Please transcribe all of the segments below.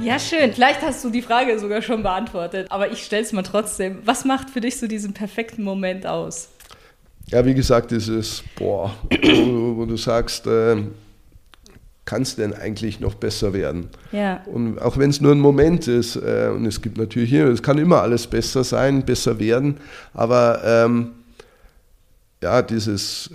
Ja, schön. Vielleicht hast du die Frage sogar schon beantwortet, aber ich stelle es mal trotzdem. Was macht für dich so diesen perfekten Moment aus? Ja, wie gesagt, dieses, wo du sagst, kann es denn eigentlich noch besser werden? Ja. Und auch wenn es nur ein Moment ist, und es gibt natürlich hier, es kann immer alles besser sein, besser werden, aber ja, dieses,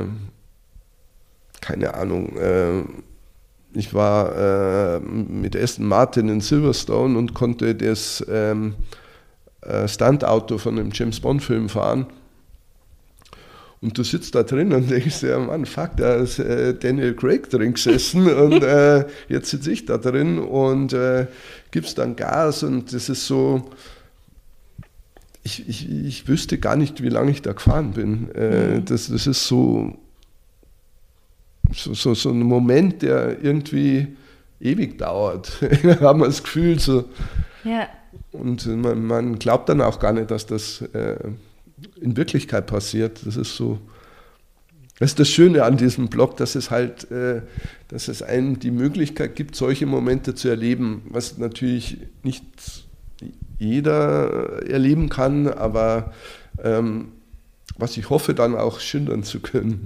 keine Ahnung, ich war mit Aston Martin in Silverstone und konnte das Stuntauto von einem James-Bond-Film fahren. Und du sitzt da drin und denkst dir, Mann, fuck, da ist Daniel Craig drin gesessen und jetzt sitze ich da drin und gibst dann Gas und das ist so, ich wüsste gar nicht, wie lange ich da gefahren bin. Das ist so ein Moment, der irgendwie ewig dauert. Da haben wir das Gefühl so. Ja. Und man glaubt dann auch gar nicht, dass das in Wirklichkeit passiert. Das ist das Schöne an diesem Blog, dass es halt, dass es einem die Möglichkeit gibt, solche Momente zu erleben, was natürlich nicht jeder erleben kann, aber was ich hoffe, dann auch schildern zu können.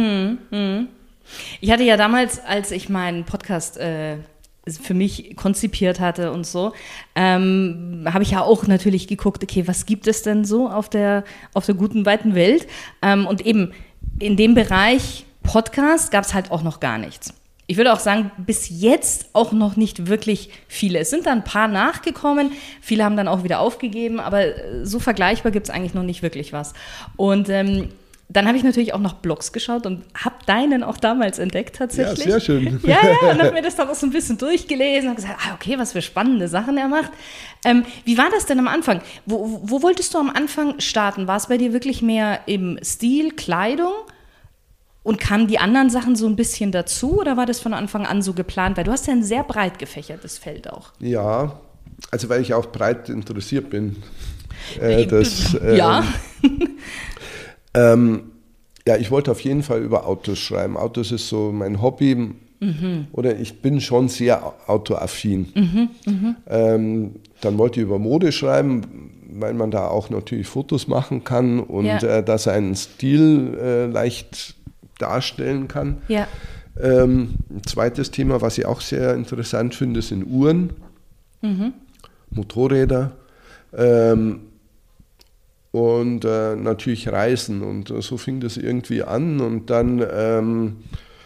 Ich hatte ja damals, als ich meinen Podcast für mich konzipiert hatte und so, habe ich ja auch natürlich geguckt, okay, was gibt es denn so auf der guten, weiten Welt? Und eben in dem Bereich Podcast gab es halt auch noch gar nichts. Ich würde auch sagen, bis jetzt auch noch nicht wirklich viele. Es sind dann ein paar nachgekommen, viele haben dann auch wieder aufgegeben, aber so vergleichbar gibt es eigentlich noch nicht wirklich was. Und dann habe ich natürlich auch nach Blogs geschaut und habe deinen auch damals entdeckt tatsächlich. Ja, sehr schön. Ja, und habe mir das dann auch so ein bisschen durchgelesen und gesagt, okay, was für spannende Sachen er macht. Wie war das denn am Anfang? Wo wolltest du am Anfang starten? War es bei dir wirklich mehr im Stil, Kleidung? Und kamen die anderen Sachen so ein bisschen dazu oder war das von Anfang an so geplant? Weil du hast ja ein sehr breit gefächertes Feld auch. Ja, also weil ich auch breit interessiert bin. Ja. Ja, ich wollte auf jeden Fall über Autos schreiben. Autos ist so mein Hobby. Oder ich bin schon sehr autoaffin. Dann wollte ich über Mode schreiben, weil man da auch natürlich Fotos machen kann und da seinen Stil leicht darstellen kann. Ja. Ein zweites Thema, was ich auch sehr interessant finde, sind Uhren, Motorräder und natürlich Reisen. Und so fing das irgendwie an und dann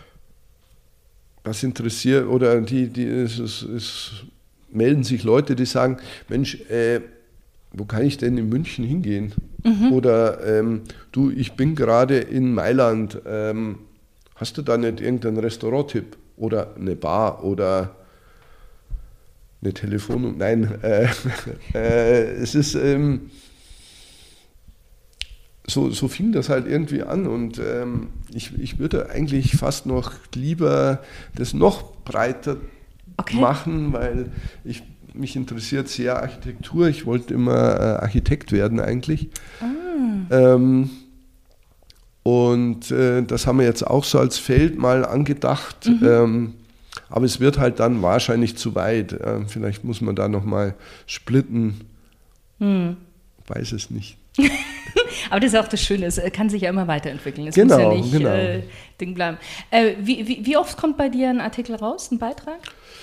was interessiert, oder es melden sich Leute, die sagen, Mensch, wo kann ich denn in München hingehen? Oder du, ich bin gerade in Mailand, hast du da nicht irgendeinen Restaurant-Tipp oder eine Bar oder eine Telefonnummer? Nein, es ist so fing das halt irgendwie an und ich würde eigentlich fast noch lieber das noch breiter machen, weil mich interessiert sehr Architektur. Ich wollte immer Architekt werden eigentlich. Und das haben wir jetzt auch so als Feld mal angedacht. Aber es wird halt dann wahrscheinlich zu weit. Vielleicht muss man da nochmal splitten. Weiß es nicht. Aber das ist auch das Schöne, es kann sich ja immer weiterentwickeln. Es Genau, muss ja nicht Ding bleiben. Wie oft kommt bei dir ein Artikel raus, ein Beitrag?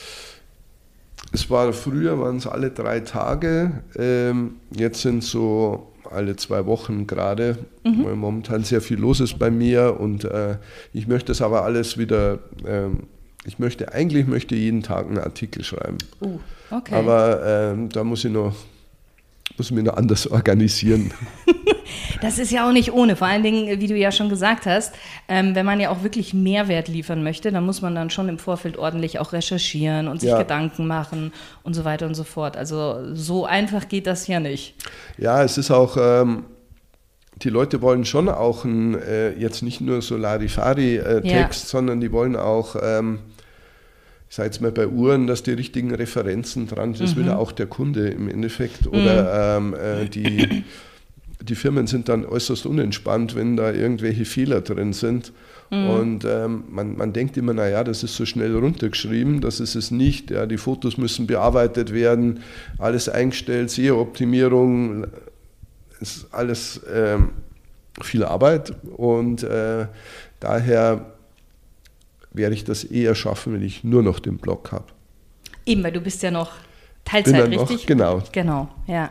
Früher waren es alle 3 Tage, jetzt sind so alle 2 Wochen gerade, weil momentan sehr viel los ist bei mir und ich möchte das aber alles wieder, ich möchte jeden Tag einen Artikel schreiben. Okay. Aber da muss ich mich noch anders organisieren. Das ist ja auch nicht ohne, vor allen Dingen, wie du ja schon gesagt hast, wenn man ja auch wirklich Mehrwert liefern möchte, dann muss man dann schon im Vorfeld ordentlich auch recherchieren und sich Gedanken machen und so weiter und so fort. Also so einfach geht das ja nicht. Ja, es ist auch, die Leute wollen schon auch jetzt nicht nur so Larifari-Text, sondern die wollen auch, ich sage jetzt mal bei Uhren, dass die richtigen Referenzen dran sind. Das will ja auch der Kunde im Endeffekt. Oder die Firmen sind dann äußerst unentspannt, wenn da irgendwelche Fehler drin sind. Und man denkt immer, naja, das ist so schnell runtergeschrieben, das ist es nicht. Ja, die Fotos müssen bearbeitet werden, alles eingestellt, SEO-Optimierung, ist alles viel Arbeit. Und daher werde ich das eher schaffen, wenn ich nur noch den Blog habe. Eben, weil du bist ja noch Teilzeit, richtig? Genau. Genau, ja.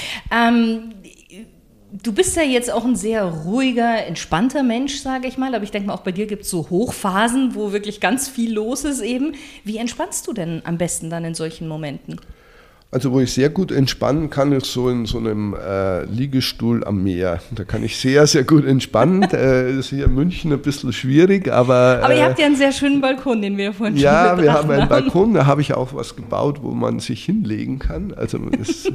Du bist ja jetzt auch ein sehr ruhiger, entspannter Mensch, sage ich mal. Aber ich denke mal, auch bei dir gibt es so Hochphasen, wo wirklich ganz viel los ist eben. Wie entspannst du denn am besten dann in solchen Momenten? Also wo ich sehr gut entspannen kann, ist so in so einem Liegestuhl am Meer. Da kann ich sehr, sehr gut entspannen. Ist hier in München ein bisschen schwierig, aber... Aber ihr habt ja einen sehr schönen Balkon, den wir vorhin schon Ja, wir haben einen Balkon, da habe ich auch was gebaut, wo man sich hinlegen kann. Also ist,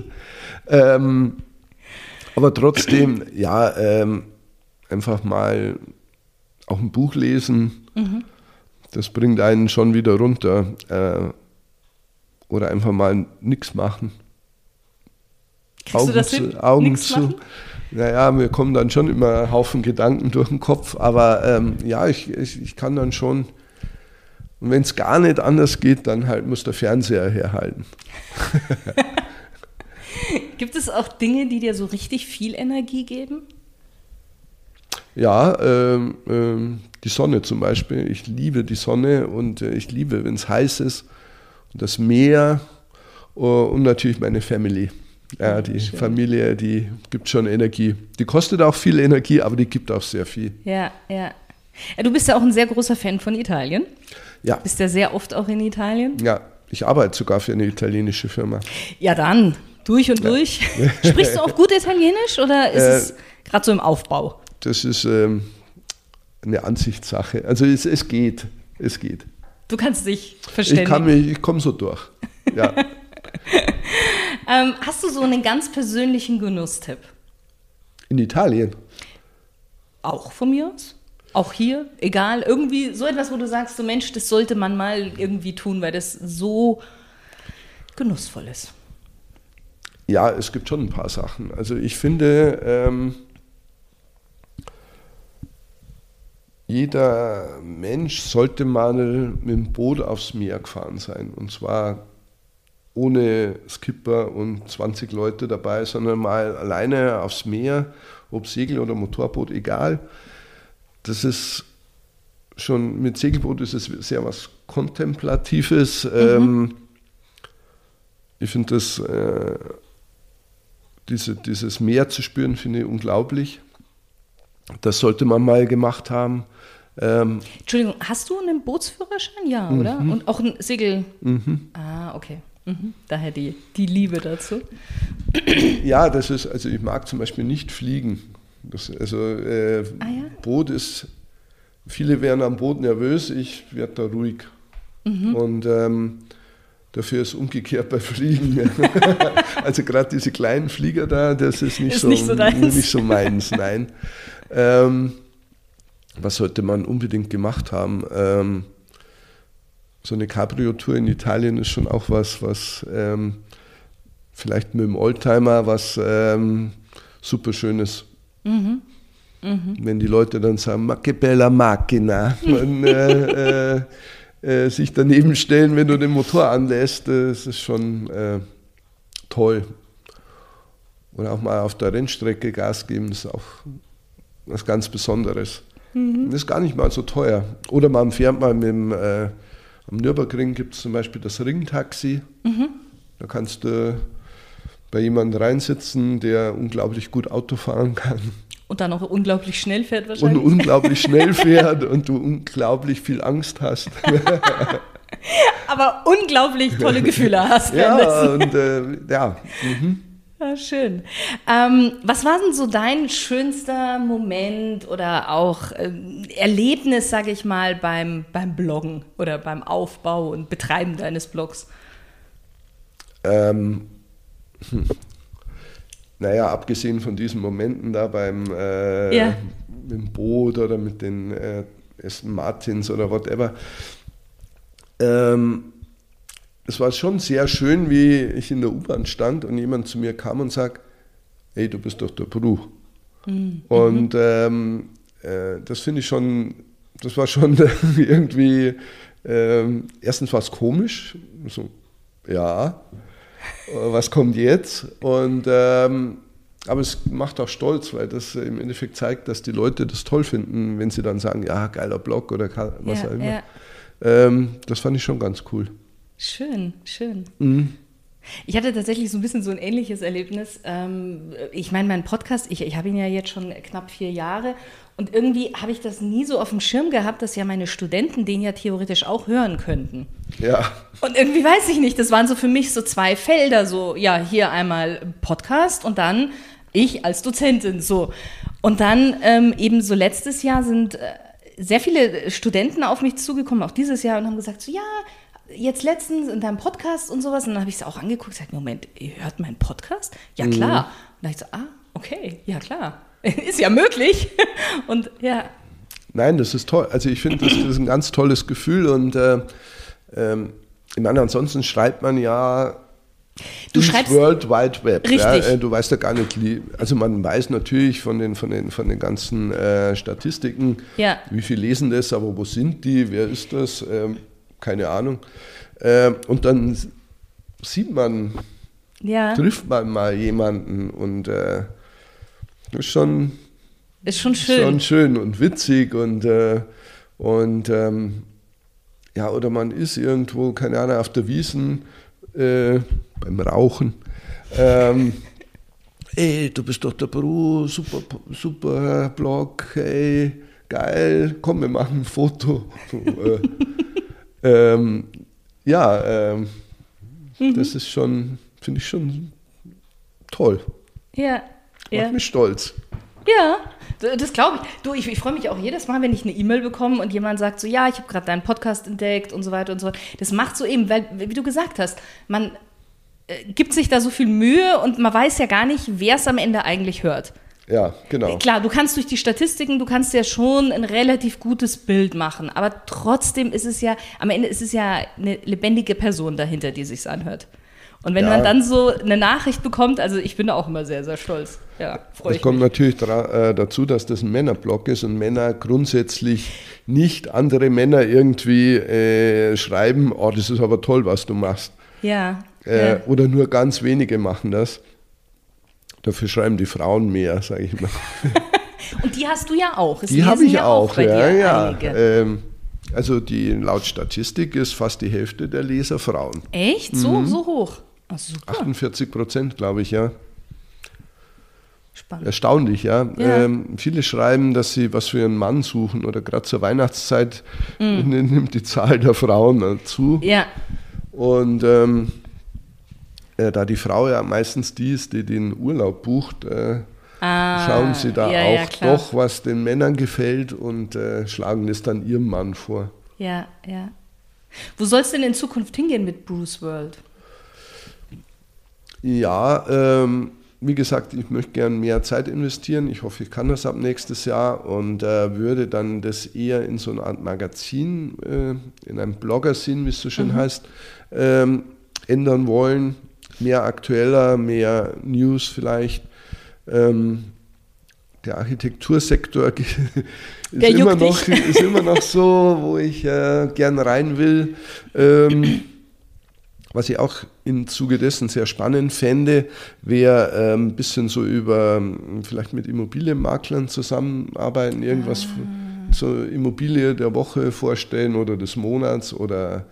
aber trotzdem, ja, einfach mal auch ein Buch lesen, das bringt einen schon wieder runter. Oder einfach mal nichts machen. Kriegst du das hin? Augen zu. Naja, mir kommen dann schon immer ein Haufen Gedanken durch den Kopf, aber ja, ich kann dann schon, und wenn es gar nicht anders geht, dann halt muss der Fernseher herhalten. Gibt es auch Dinge, die dir so richtig viel Energie geben? Ja, die Sonne zum Beispiel. Ich liebe die Sonne und ich liebe, wenn es heiß ist. Das Meer und natürlich meine Family. Ja, die schön. Familie, die gibt schon Energie. Die kostet auch viel Energie, aber die gibt auch sehr viel. Ja, ja. Du bist ja auch ein sehr großer Fan von Italien. Ja. Bist ja sehr oft auch in Italien. Ja, ich arbeite sogar für eine italienische Firma. Ja, dann durch und durch. Sprichst du auch gut Italienisch oder ist es gerade so im Aufbau? Das ist eine Ansichtssache. Also es geht. Es geht. Du kannst dich verständigen. Ich komme so durch. Ja. Hast du so einen ganz persönlichen Genusstipp? In Italien? Auch von mir aus? Auch hier? Egal, irgendwie so etwas, wo du sagst, so Mensch, das sollte man mal irgendwie tun, weil das so genussvoll ist. Ja, es gibt schon ein paar Sachen. Also ich finde, jeder Mensch sollte mal mit dem Boot aufs Meer gefahren sein. Und zwar ohne Skipper und 20 Leute dabei, sondern mal alleine aufs Meer, ob Segel- oder Motorboot, egal. Das ist schon, mit Segelboot ist es sehr was Kontemplatives. Ich finde das, dieses Meer zu spüren, finde ich unglaublich. Das sollte man mal gemacht haben. Entschuldigung, hast du einen Bootsführerschein? Ja, oder? Und auch ein Segel? Ah, okay. Daher die Liebe dazu. Ja, das ist, also ich mag zum Beispiel nicht fliegen. Boot ist, viele werden am Boot nervös, ich werde da ruhig. Und dafür ist umgekehrt bei Fliegen. Also gerade diese kleinen Flieger da, das ist nicht so meins, nein. Was sollte man unbedingt gemacht haben? So eine Cabrio-Tour in Italien ist schon auch was vielleicht mit dem Oldtimer was super Schönes. Wenn die Leute dann sagen, ma che bella macchina, und sich daneben stellen, wenn du den Motor anlässt, das ist schon toll. Oder auch mal auf der Rennstrecke Gas geben, das ist auch was ganz Besonderes. Das ist gar nicht mal so teuer. Oder man fährt mal mit dem, am Nürburgring gibt es zum Beispiel das Ringtaxi. Da kannst du bei jemandem reinsitzen, der unglaublich gut Auto fahren kann. Und dann auch unglaublich schnell fährt wahrscheinlich. Und unglaublich schnell fährt und du unglaublich viel Angst hast. Aber unglaublich tolle Gefühle hast. Ja, und ja. Ja, schön. Was war denn so dein schönster Moment oder auch Erlebnis, sage ich mal, beim Bloggen oder beim Aufbau und Betreiben deines Blogs? Naja, abgesehen von diesen Momenten da mit dem Boot oder mit den Aston Martins oder whatever, es war schon sehr schön, wie ich in der U-Bahn stand und jemand zu mir kam und sagt, hey, du bist doch der Bru. Und das finde ich schon, das war schon irgendwie, erstens war es komisch, so, ja, was kommt jetzt? Und aber es macht auch stolz, weil das im Endeffekt zeigt, dass die Leute das toll finden, wenn sie dann sagen, ja, geiler Blog oder was auch immer. Das fand ich schon ganz cool. Schön, schön. Mhm. Ich hatte tatsächlich so ein bisschen so ein ähnliches Erlebnis. Ich meine, mein Podcast, ich habe ihn ja jetzt schon knapp 4 Jahre und irgendwie habe ich das nie so auf dem Schirm gehabt, dass ja meine Studenten den ja theoretisch auch hören könnten. Ja. Und irgendwie weiß ich nicht, das waren so für mich so 2 Felder, so ja, hier einmal Podcast und dann ich als Dozentin so. Und dann eben so letztes Jahr sind sehr viele Studenten auf mich zugekommen, auch dieses Jahr, und haben gesagt so, ja, jetzt letztens in deinem Podcast und sowas. Und dann habe ich es auch angeguckt und gesagt, Moment, ihr hört meinen Podcast? Ja, klar. Und dann habe ich so, okay, ja, klar. Ist ja möglich. Und ja. Nein, das ist toll. Also ich finde, das ist ein ganz tolles Gefühl. Und ich meine, ansonsten schreibt man ja du ins schreibst World Wide Web. Richtig. Ja, du weißt ja gar nicht, also man weiß natürlich von den ganzen Statistiken, wie viel lesen das, aber wo sind die, wer ist das? Keine Ahnung. Und dann sieht man, trifft man mal jemanden und das ist schon schön. Schon schön und witzig und ja, oder man ist irgendwo, keine Ahnung, auf der Wiesn beim Rauchen. Ey, du bist doch der Bro, super Blog, hey, geil, komm, wir machen ein Foto. Das ist schon, finde ich schon toll. Ja. Macht mich stolz. Ja, das glaube ich. Du, ich freue mich auch jedes Mal, wenn ich eine E-Mail bekomme und jemand sagt so, ja, ich habe gerade deinen Podcast entdeckt und so weiter und so. Das macht so eben, weil, wie du gesagt hast, man gibt sich da so viel Mühe und man weiß ja gar nicht, wer es am Ende eigentlich hört. Ja, genau. Klar, du kannst durch die Statistiken, du kannst ja schon ein relativ gutes Bild machen, aber trotzdem ist es ja, am Ende ist es ja eine lebendige Person dahinter, die sich's anhört. Und wenn man dann so eine Nachricht bekommt, also ich bin da auch immer sehr, sehr stolz. Ja, freue ich mich. Es kommt natürlich dazu, dass das ein Männerblog ist und Männer grundsätzlich nicht andere Männer irgendwie schreiben, oh, das ist aber toll, was du machst. Ja. Oder nur ganz wenige machen das. Dafür schreiben die Frauen mehr, sage ich mal. Und die hast du ja auch. Die habe ich ja auch, bei dir ja. Also laut Statistik ist fast die Hälfte der Leser Frauen. Echt? So hoch? Oh, super. 48%, glaube ich, ja. Spannend. Erstaunlich, ja. Viele schreiben, dass sie was für einen Mann suchen oder gerade zur Weihnachtszeit nimmt die Zahl der Frauen zu. Ja. Und da die Frau ja meistens die ist, die den Urlaub bucht, schauen sie da auch doch, was den Männern gefällt und schlagen das dann ihrem Mann vor. Ja, ja. Wo soll es denn in Zukunft hingehen mit Bruce World? Ja, wie gesagt, ich möchte gerne mehr Zeit investieren. Ich hoffe, ich kann das ab nächstes Jahr und würde dann das eher in so eine Art Magazin, in einem Blogger-Sinn, wie es so schön heißt, ändern wollen. Mehr aktueller, mehr News vielleicht. Der Architektursektor ist immer noch so, wo ich gern rein will. Was ich auch im Zuge dessen sehr spannend fände, wäre ein bisschen so über vielleicht mit Immobilienmaklern zusammenarbeiten, irgendwas zur Immobilie der Woche vorstellen oder des Monats oder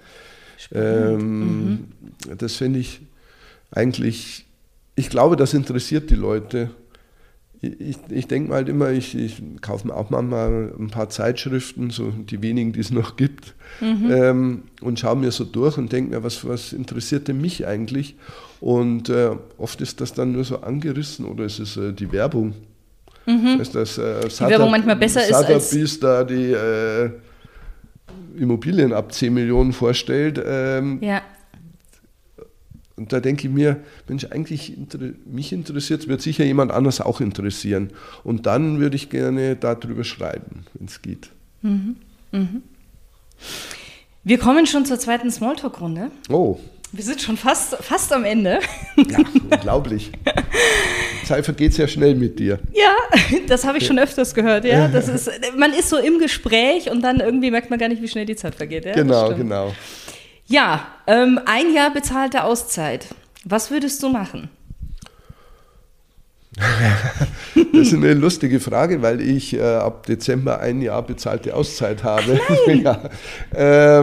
das fände ich eigentlich, ich glaube, das interessiert die Leute. Ich denke mal halt immer, ich kaufe mir auch manchmal ein paar Zeitschriften, so die wenigen, die es noch gibt, und schaue mir so durch und denke mir, was interessiert denn mich eigentlich? Und oft ist das dann nur so angerissen oder ist es die Werbung. Dass das, die Werbung manchmal besser ist als... Sotheby's da die Immobilien ab 10 Millionen vorstellt. Ja. Und da denke ich mir, Mensch, eigentlich mich interessiert es, wird sicher jemand anders auch interessieren. Und dann würde ich gerne darüber schreiben, wenn es geht. Wir kommen schon zur zweiten Smalltalk-Runde. Oh. Wir sind schon fast am Ende. Ja, unglaublich. Zeit vergeht sehr schnell mit dir. Ja, das habe ich schon öfters gehört. Ja, man ist so im Gespräch und dann irgendwie merkt man gar nicht, wie schnell die Zeit vergeht. Ja, Genau. Ja, 1 Jahr bezahlte Auszeit. Was würdest du machen? Das ist eine lustige Frage, weil ich ab Dezember 1 Jahr bezahlte Auszeit habe. Ja.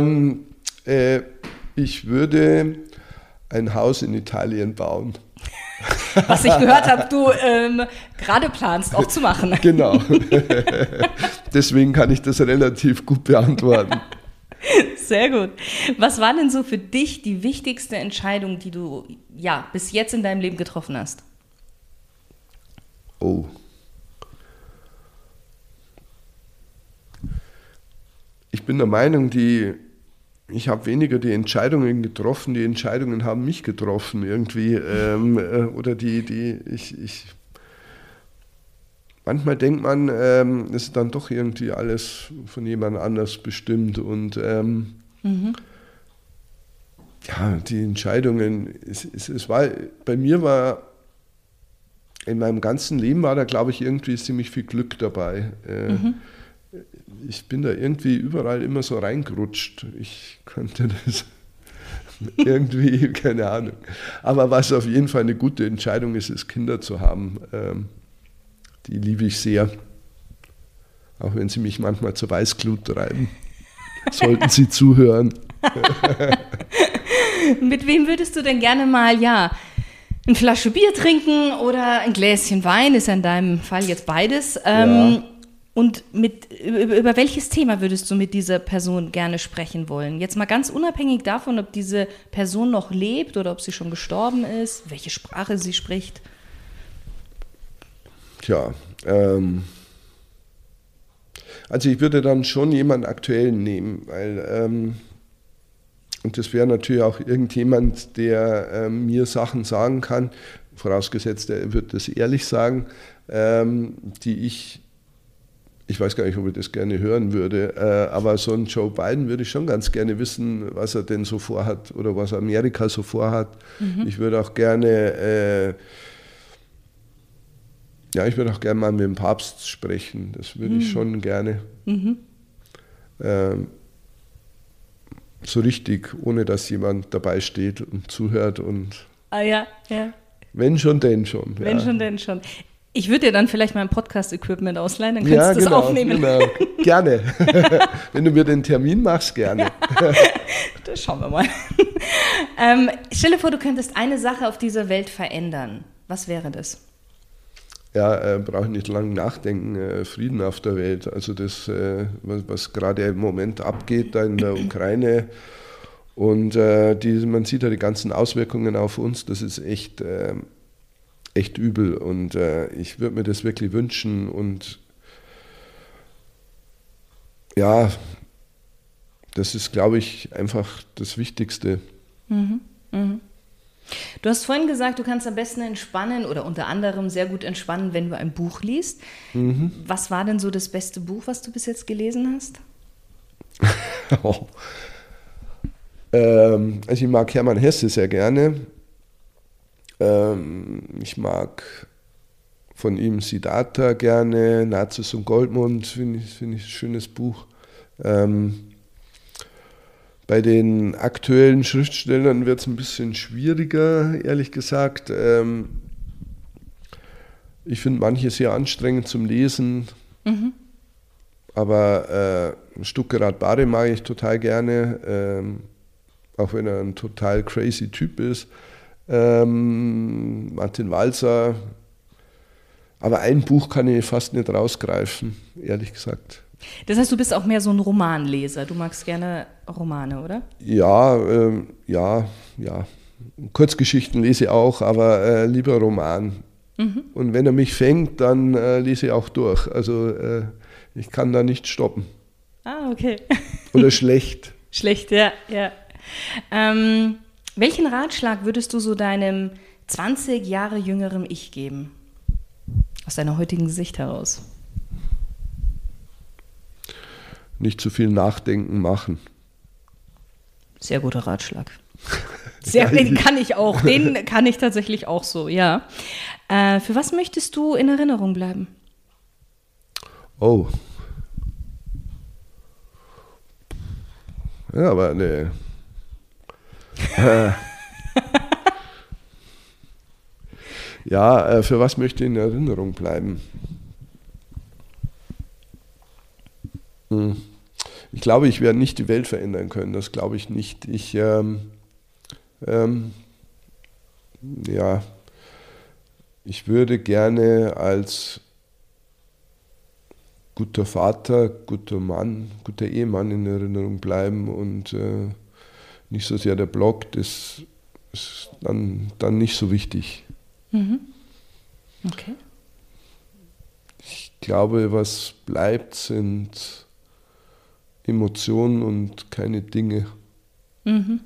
Ich würde ein Haus in Italien bauen. Was ich gehört habe, du gerade planst auch zu machen. Genau. Deswegen kann ich das relativ gut beantworten. Sehr gut. Was war denn so für dich die wichtigste Entscheidung, die du bis jetzt in deinem Leben getroffen hast? Oh. Ich bin der Meinung, ich habe weniger die Entscheidungen getroffen, die Entscheidungen haben mich getroffen irgendwie. Oder manchmal denkt man, es ist dann doch irgendwie alles von jemand anders bestimmt. Und die Entscheidungen, in meinem ganzen Leben war da, glaube ich, irgendwie ziemlich viel Glück dabei. Ich bin da irgendwie überall immer so reingerutscht. Ich kannte das irgendwie, keine Ahnung. Aber was auf jeden Fall eine gute Entscheidung ist Kinder zu haben. Die liebe ich sehr. Auch wenn sie mich manchmal zur Weißglut treiben. Sollten sie zuhören. Mit wem würdest du denn gerne mal, eine Flasche Bier trinken oder ein Gläschen Wein, ist ja in deinem Fall jetzt beides. Und über welches Thema würdest du mit dieser Person gerne sprechen wollen? Jetzt mal ganz unabhängig davon, ob diese Person noch lebt oder ob sie schon gestorben ist, welche Sprache sie spricht. Also ich würde dann schon jemanden Aktuellen nehmen, weil und das wäre natürlich auch irgendjemand, der mir Sachen sagen kann, vorausgesetzt, er wird das ehrlich sagen, die ich weiß gar nicht, ob ich das gerne hören würde, aber so ein Joe Biden würde ich schon ganz gerne wissen, was er denn so vorhat oder was Amerika so vorhat. Ich würde auch gerne mal mit dem Papst sprechen, das würde ich schon gerne. So richtig, ohne dass jemand dabei steht und zuhört und wenn schon, denn schon. Wenn schon, denn schon. Ich würde dir dann vielleicht mein Podcast-Equipment ausleihen, dann kannst du das aufnehmen. Genau, gerne. Wenn du mir den Termin machst, gerne. Das schauen wir mal. Stell dir vor, du könntest eine Sache auf dieser Welt verändern. Was wäre das? Brauche ich nicht lange nachdenken, Frieden auf der Welt. Also das, was gerade im Moment abgeht da in der Ukraine und man sieht ja die ganzen Auswirkungen auf uns, das ist echt übel und ich würde mir das wirklich wünschen und das ist, glaube ich, einfach das Wichtigste. Du hast vorhin gesagt, du kannst am besten entspannen oder unter anderem sehr gut entspannen, wenn du ein Buch liest. Was war denn so das beste Buch, was du bis jetzt gelesen hast? Also ich mag Hermann Hesse sehr gerne. Ich mag von ihm Siddhartha gerne, Narziss und Goldmund, finde ich ein schönes Buch. Bei den aktuellen Schriftstellern wird es ein bisschen schwieriger, ehrlich gesagt. Ich finde manche sehr anstrengend zum Lesen, aber Stuckrad Barre mag ich total gerne, auch wenn er ein total crazy Typ ist. Martin Walser, aber ein Buch kann ich fast nicht rausgreifen, ehrlich gesagt. Das heißt, du bist auch mehr so ein Romanleser. Du magst gerne Romane, oder? Ja. Kurzgeschichten lese ich auch, aber lieber Roman. Und wenn er mich fängt, dann lese ich auch durch. Also ich kann da nicht stoppen. Ah, okay. Oder schlecht. Schlecht, ja. Welchen Ratschlag würdest du so deinem 20 Jahre jüngeren Ich geben? Aus deiner heutigen Sicht heraus. Nicht zu viel nachdenken, machen. Sehr guter Ratschlag. Den kann ich auch. Den kann ich tatsächlich auch so, ja. Für was möchtest du in Erinnerung bleiben? Oh. Ja, aber ne. Ja, für was möchte ich in Erinnerung bleiben? Ich glaube, ich werde nicht die Welt verändern können. Das glaube ich nicht. Ich würde gerne als guter Vater, guter Mann, guter Ehemann in Erinnerung bleiben und nicht so sehr der Blog, das ist dann nicht so wichtig. Mhm. Okay. Ich glaube, was bleibt, sind Emotionen und keine Dinge. Mhm.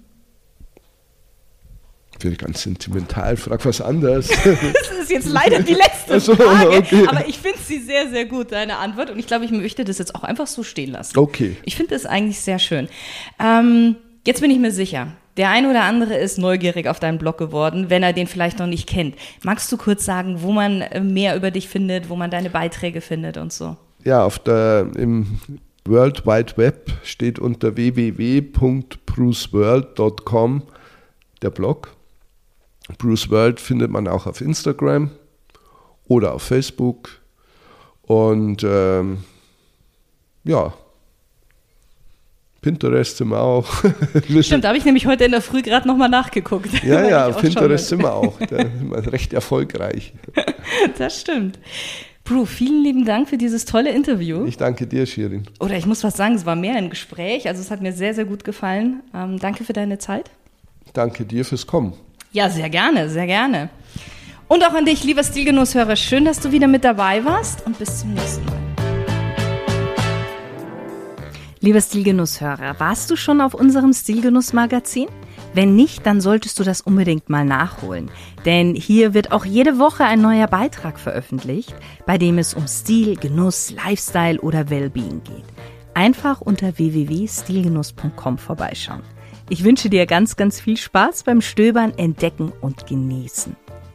Ich werde ganz sentimental, frag was anderes. Das ist jetzt leider die letzte Frage, okay. Aber ich finde sie sehr, sehr gut, deine Antwort. Und ich glaube, ich möchte das jetzt auch einfach so stehen lassen. Okay. Ich finde das eigentlich sehr schön. Jetzt bin ich mir sicher, der ein oder andere ist neugierig auf deinen Blog geworden, wenn er den vielleicht noch nicht kennt. Magst du kurz sagen, wo man mehr über dich findet, wo man deine Beiträge findet und so? Ja, im World Wide Web steht unter www.bruceworld.com der Blog. Bruce World findet man auch auf Instagram oder auf Facebook. Und Pinterest sind wir auch. Stimmt, da habe ich nämlich heute in der Früh gerade nochmal nachgeguckt. Ja, Pinterest sind wir auch. Da sind wir recht erfolgreich. Das stimmt. Bru, vielen lieben Dank für dieses tolle Interview. Ich danke dir, Shirin. Oder ich muss was sagen, es war mehr ein Gespräch. Also es hat mir sehr, sehr gut gefallen. Danke für deine Zeit. Danke dir fürs Kommen. Ja, sehr gerne, sehr gerne. Und auch an dich, lieber Stilgenusshörer. Schön, dass du wieder mit dabei warst und bis zum nächsten Mal. Lieber Stilgenusshörer, warst du schon auf unserem Stilgenuss-Magazin? Wenn nicht, dann solltest du das unbedingt mal nachholen. Denn hier wird auch jede Woche ein neuer Beitrag veröffentlicht, bei dem es um Stil, Genuss, Lifestyle oder Wellbeing geht. Einfach unter www.stilgenuss.com vorbeischauen. Ich wünsche dir ganz, ganz viel Spaß beim Stöbern, Entdecken und Genießen.